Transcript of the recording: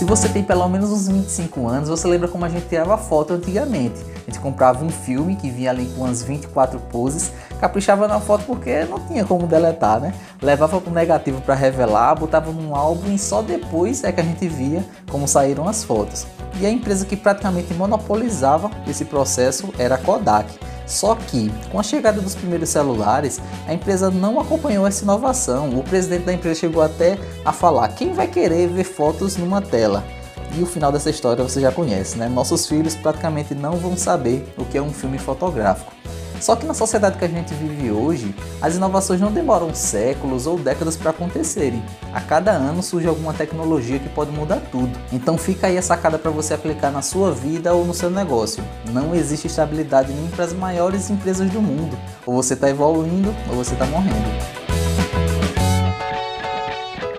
você tem pelo menos uns 25 anos, você lembra como a gente tirava foto antigamente. A gente comprava um filme que vinha ali com umas 24 poses, caprichava na foto porque não tinha como deletar, né? Levava pro negativo para revelar, botava num álbum e só depois é que a gente via como saíram as fotos. E a empresa que praticamente monopolizava esse processo era a Kodak. Só que, com a chegada dos primeiros celulares, a empresa não acompanhou essa inovação. O presidente da empresa chegou até a falar: quem vai querer ver fotos numa tela? E o final dessa história você já conhece, né? Nossos filhos praticamente não vão saber o que é um filme fotográfico. Só que na sociedade que a gente vive hoje, as inovações não demoram séculos ou décadas para acontecerem. A cada ano surge alguma tecnologia que pode mudar tudo. Então fica aí a sacada para você aplicar na sua vida ou no seu negócio. Não existe estabilidade nem para as maiores empresas do mundo. Ou você está evoluindo ou você está morrendo.